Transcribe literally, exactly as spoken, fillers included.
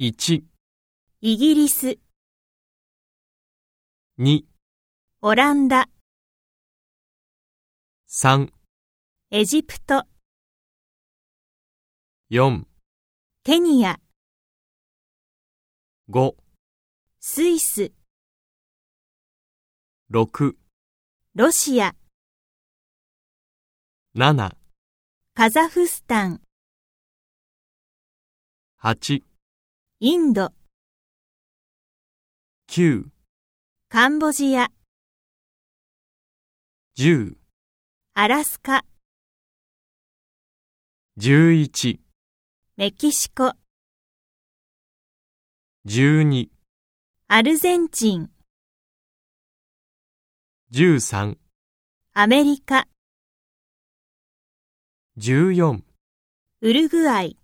いち、 イギリス、 に、 オランダ、 さん、 エジプト、 よん、 ケニア、 ご、 スイス、 ろく、 ロシア、 なな、 カザフスタン、 はち、 インド、 きゅう、 カンボジア、 じゅう、 アラスカ、 じゅういち、 メキシコ、 じゅうに、 アルゼンチン、 じゅうさん、 アメリカ、 じゅうよん、 ウルグアイ。